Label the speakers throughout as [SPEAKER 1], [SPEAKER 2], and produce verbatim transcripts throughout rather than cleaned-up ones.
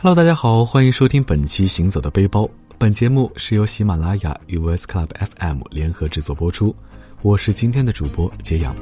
[SPEAKER 1] Hello， 大家好，欢迎收听本期行走的背包。本节目是由喜马拉雅与 V S Club F M 联合制作播出，我是今天的主播杰阳。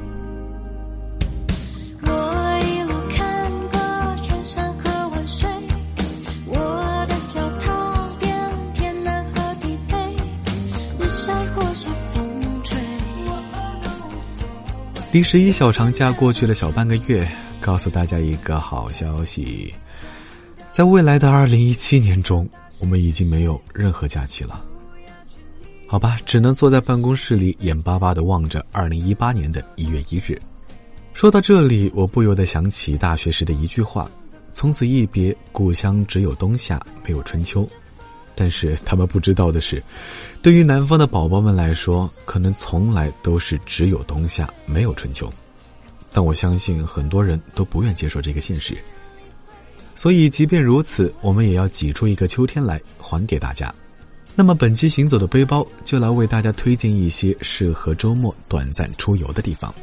[SPEAKER 1] 离十一小长假过去了小半个月，告诉大家一个好消息，在未来的二零一七年中，我们已经没有任何假期了。好吧，只能坐在办公室里眼巴巴地望着二零一八年的一月一日。说到这里，我不由得想起大学时的一句话，从此一别，故乡只有冬夏，没有春秋。但是他们不知道的是，对于南方的宝宝们来说，可能从来都是只有冬夏，没有春秋。但我相信很多人都不愿接受这个现实，所以即便如此，我们也要挤出一个秋天来还给大家。那么本期行走的背包就来为大家推荐一些适合周末短暂出游的地方。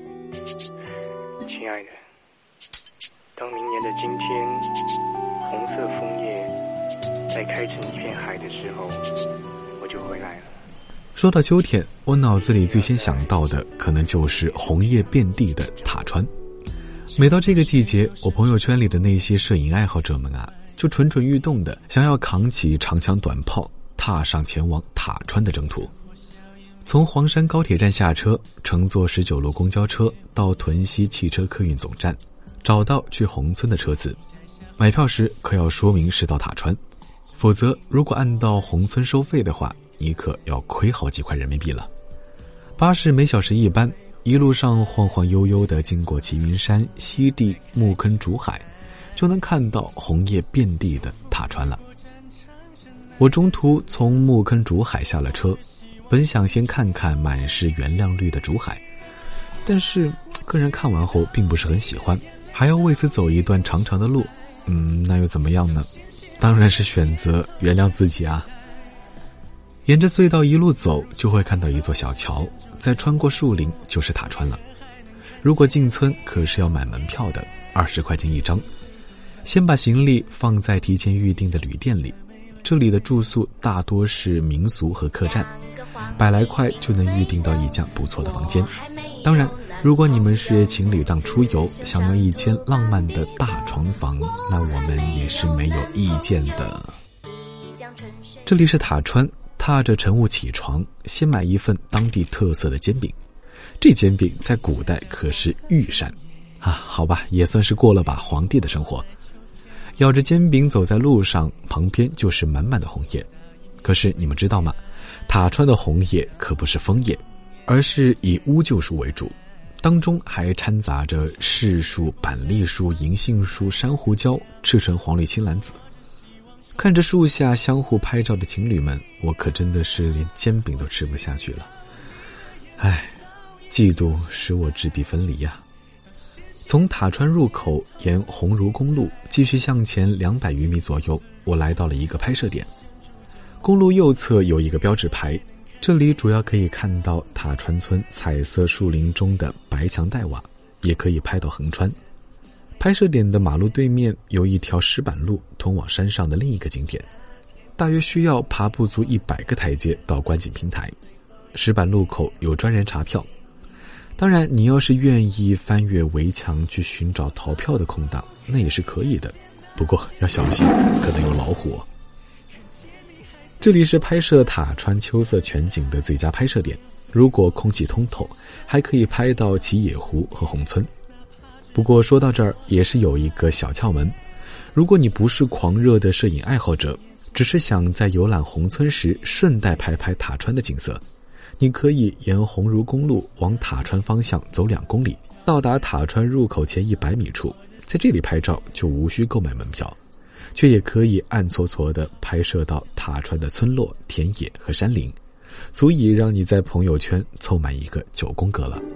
[SPEAKER 2] 亲爱的，当明年的今天，红色枫叶在开成一片海的时候，我就回来了。
[SPEAKER 1] 说到秋天，我脑子里最先想到的可能就是红叶遍地的塔川。每到这个季节，我朋友圈里的那些摄影爱好者们啊，就蠢蠢欲动的想要扛起长枪短炮，踏上前往塔川的征途。从黄山高铁站下车，乘坐十九路公交车到屯溪汽车客运总站，找到去宏村的车次。买票时可要说明是到塔川，否则如果按到宏村收费的话，你可要亏好几块人民币了。巴士每小时一班，一路上晃晃悠悠地经过齐云山、西递、木坑、竹海，就能看到红叶遍地的塔川了。我中途从木坑竹海下了车，本想先看看满是原谅绿的竹海，但是个人看完后并不是很喜欢，还要为此走一段长长的路。嗯，那又怎么样呢？当然是选择原谅自己啊。沿着隧道一路走，就会看到一座小桥，再穿过树林就是塔川了。如果进村可是要买门票的，二十块钱一张。先把行李放在提前预定的旅店里，这里的住宿大多是民俗和客栈，百来块就能预定到一家不错的房间。当然，如果你们是情侣档出游，想要一间浪漫的大床房，那我们也是没有意见的。这里是塔川，踏着晨雾起床，先买一份当地特色的煎饼。这煎饼在古代可是御膳啊，好吧，也算是过了把皇帝的生活。咬着煎饼走在路上，旁边就是满满的红叶。可是你们知道吗？塔川的红叶可不是枫叶，而是以乌桕树为主，当中还掺杂着柿树、板栗树、银杏树、珊瑚礁，赤橙黄绿青蓝紫。看着树下相互拍照的情侣们，我可真的是连煎饼都吃不下去了。唉，嫉妒使我质壁分离呀。从塔川入口沿鸿儒公路继续向前两百余米左右，我来到了一个拍摄点。公路右侧有一个标志牌，这里主要可以看到塔川村彩色树林中的白墙黛瓦，也可以拍到横川。拍摄点的马路对面有一条石板路通往山上的另一个景点，大约需要爬不足一百个台阶到观景平台。石板路口有专人查票，当然你要是愿意翻越围墙去寻找逃票的空档，那也是可以的，不过要小心，可能有老虎。这里是拍摄塔川秋色全景的最佳拍摄点，如果空气通透，还可以拍到旗野湖和宏村。不过说到这儿也是有一个小窍门，如果你不是狂热的摄影爱好者，只是想在游览宏村时顺带拍拍塔川的景色，你可以沿鸿儒公路往塔川方向走两公里，到达塔川入口前一百米处，在这里拍照就无需购买门票，却也可以暗搓搓地拍摄到塔川的村落、田野和山林，足以让你在朋友圈凑满一个九宫格了。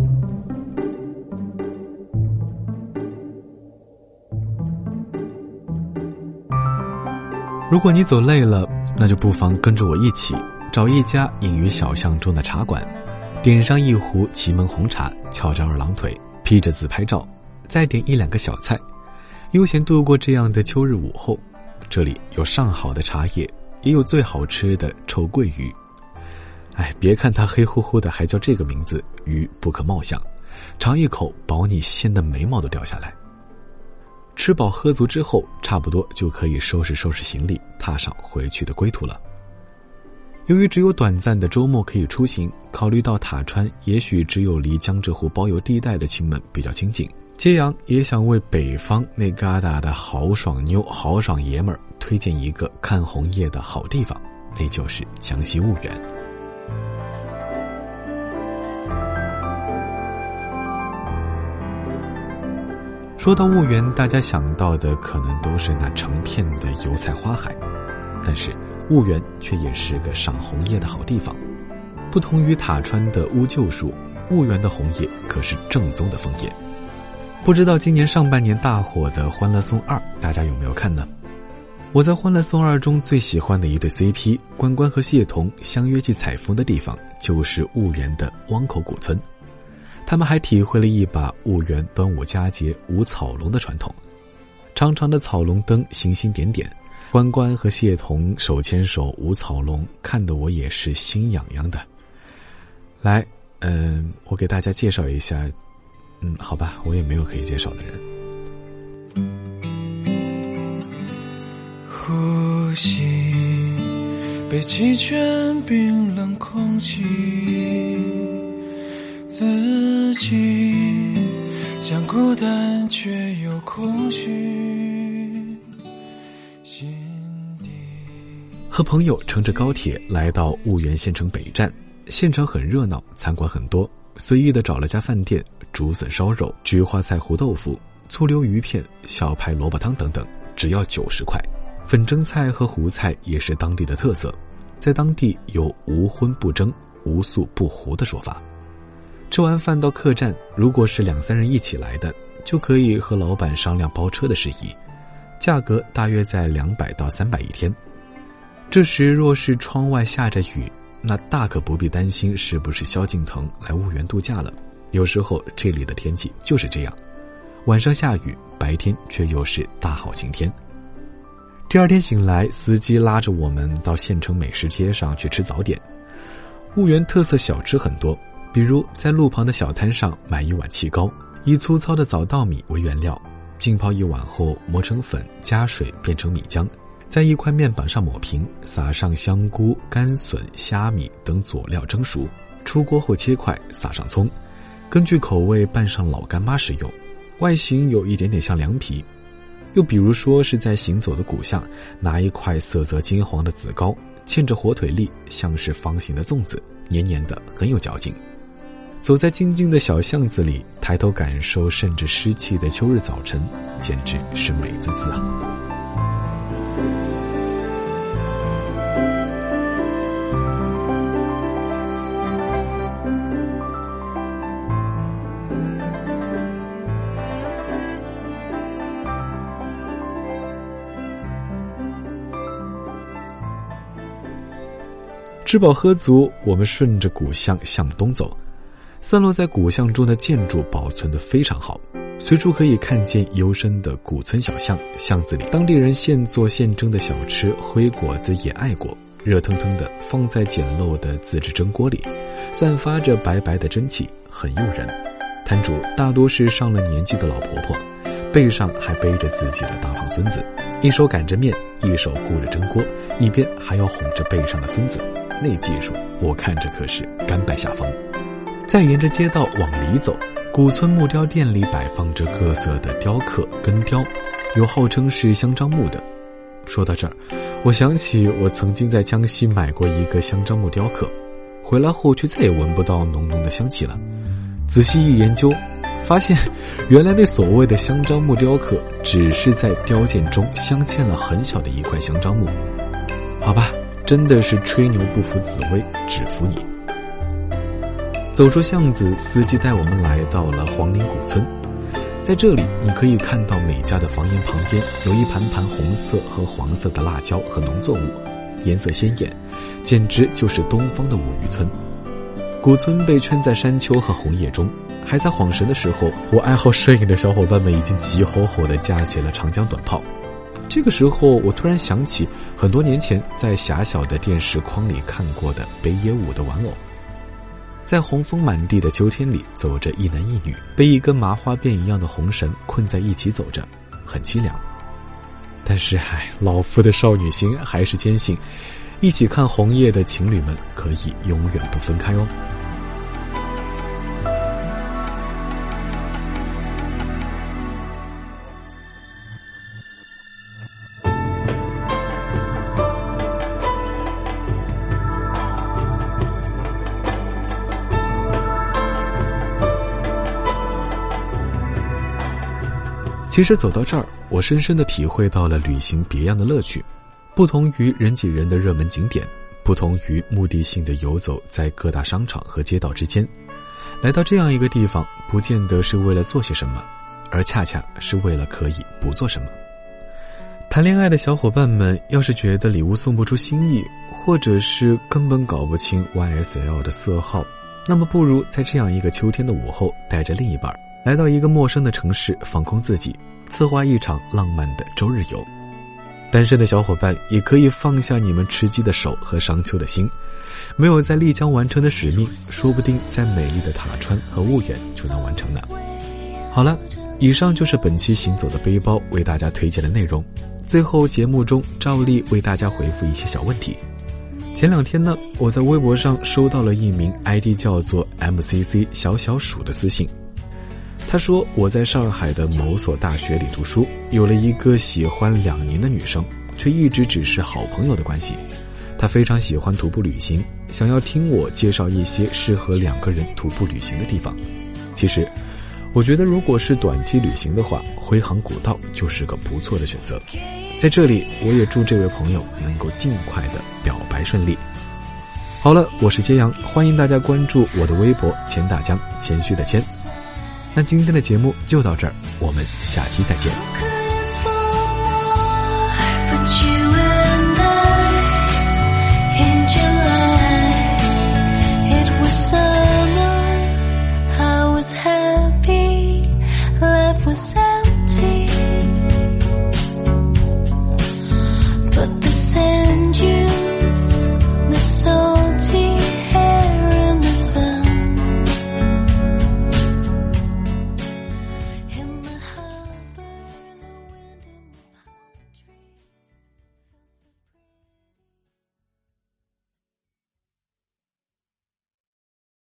[SPEAKER 1] 如果你走累了，那就不妨跟着我一起找一家隐于小巷中的茶馆，点上一壶祁门红茶，翘着二郎腿，披着自拍照，再点一两个小菜，悠闲度过这样的秋日午后， 这里有上好的茶叶，也有最好吃的臭鳜鱼。哎，别看它黑乎乎的还叫这个名字，鱼不可貌相，尝一口保你鲜的眉毛都掉下来。吃饱喝足之后，差不多就可以收拾收拾行李，踏上回去的归途了。由于只有短暂的周末可以出行，考虑到塔川也许只有离江浙沪包邮地带的亲们比较亲近，揭阳也想为北方那疙瘩的豪爽妞豪爽爷们儿推荐一个看红叶的好地方，那就是江西婺源。说到婺源，大家想到的可能都是那成片的油菜花海，但是婺源却也是个赏红叶的好地方。不同于塔川的乌桕树，婺源的红叶可是正宗的枫叶。不知道今年上半年大火的《欢乐颂二》，大家有没有看呢？我在《欢乐颂二》中最喜欢的一对 C P 关关和谢童相约去采风的地方，就是婺源的汪口古村。他们还体会了一把婺源端午佳节舞草龙的传统，长长的草龙灯星星点点，关关和谢童手牵手舞草龙，看得我也是心痒痒的。来，嗯、呃，我给大家介绍一下，嗯，好吧，我也没有可以介绍的人。
[SPEAKER 3] 呼吸被鸡圈冰冷空气，自己将孤单却又空虚，心底
[SPEAKER 1] 和朋友乘着高铁来到婺源县城北站，县城很热闹，餐馆很多，随意的找了家饭店，竹笋烧肉、菊花菜糊豆腐、醋溜鱼片、小排萝卜汤等等，只要九十块。粉蒸菜和糊菜也是当地的特色，在当地有无荤不蒸、无素不糊的说法。吃完饭到客栈，如果是两三人一起来的，就可以和老板商量包车的事宜，价格大约在两百到三百一天。这时若是窗外下着雨，那大可不必担心是不是萧敬腾来婺源度假了。有时候这里的天气就是这样，晚上下雨，白天却又是大好晴天。第二天醒来，司机拉着我们到县城美食街上去吃早点。婺源特色小吃很多，比如在路旁的小摊上买一碗气糕，以粗糙的早稻米为原料，浸泡一晚后磨成粉，加水变成米浆，在一块面板上抹平，撒上香菇、干笋、虾米等佐料蒸熟，出锅后切块，撒上葱，根据口味拌上老干妈食用，外形有一点点像凉皮。又比如说是在行走的古巷，拿一块色泽金黄的紫糕，嵌着火腿粒，像是方形的粽子，黏黏的，很有嚼劲。走在静静的小巷子里，抬头感受渗着湿气的秋日早晨，简直是美滋滋啊。吃饱喝足，我们顺着古巷向东走，散落在古巷中的建筑保存得非常好，随处可以看见幽深的古村小巷，巷子里当地人现做现蒸的小吃灰果子、野爱果，热腾腾的放在简陋的自制蒸锅里，散发着白白的蒸汽，很诱人。摊主大多是上了年纪的老婆婆，背上还背着自己的大胖孙子，一手擀着面，一手顾着蒸锅，一边还要哄着背上的孙子，那技术我看着可是甘拜下风。再沿着街道往里走，古村木雕店里摆放着各色的雕刻根雕，有号称是香樟木的。说到这儿，我想起我曾经在江西买过一个香樟木雕刻，回来后却再也闻不到浓浓的香气了。仔细一研究，发现原来那所谓的香樟木雕刻只是在雕件中镶嵌了很小的一块香樟木。好吧，真的是吹牛不服紫薇，只服你。走出巷子，司机带我们来到了黄陵古村。在这里你可以看到每家的房檐旁边有一盘盘红色和黄色的辣椒和农作物，颜色鲜艳，简直就是东方的五渔村。古村被圈在山丘和红叶中，还在晃神的时候，我爱好摄影的小伙伴们已经急吼吼地架起了长江短炮。 这个时候我突然想起很多年前在狭小的电视框里看过的北野武的玩偶，在红枫满地的秋天里走着一男一女，被一根麻花辫一样的红绳困在一起走着，很凄凉。但是唉，老夫的少女心还是坚信一起看红叶的情侣们可以永远不分开哦。其实走到这儿，我深深地体会到了旅行别样的乐趣。不同于人挤人的热门景点，不同于目的性的游走在各大商场和街道之间，来到这样一个地方，不见得是为了做些什么，而恰恰是为了可以不做什么。谈恋爱的小伙伴们，要是觉得礼物送不出心意，或者是根本搞不清 Y S L 的色号，那么不如在这样一个秋天的午后，带着另一半来到一个陌生的城市，放空自己，策划一场浪漫的周日游。单身的小伙伴也可以放下你们吃鸡的手和商丘的心，没有在丽江完成的使命，说不定在美丽的塔川和婺源就能完成呢。好了，以上就是本期行走的背包为大家推荐的内容。最后节目中照例为大家回复一些小问题。前两天呢，我在微博上收到了一名 I D 叫做 M C C 小小鼠的私信。他说，我在上海的某所大学里读书，有了一个喜欢两年的女生，却一直只是好朋友的关系。他非常喜欢徒步旅行，想要听我介绍一些适合两个人徒步旅行的地方。其实我觉得如果是短期旅行的话，徽杭古道就是个不错的选择。在这里我也祝这位朋友能够尽快的表白顺利。好了，我是揭阳，欢迎大家关注我的微博钱大江，谦虚的谦。那今天的节目就到这儿，我们下期再见。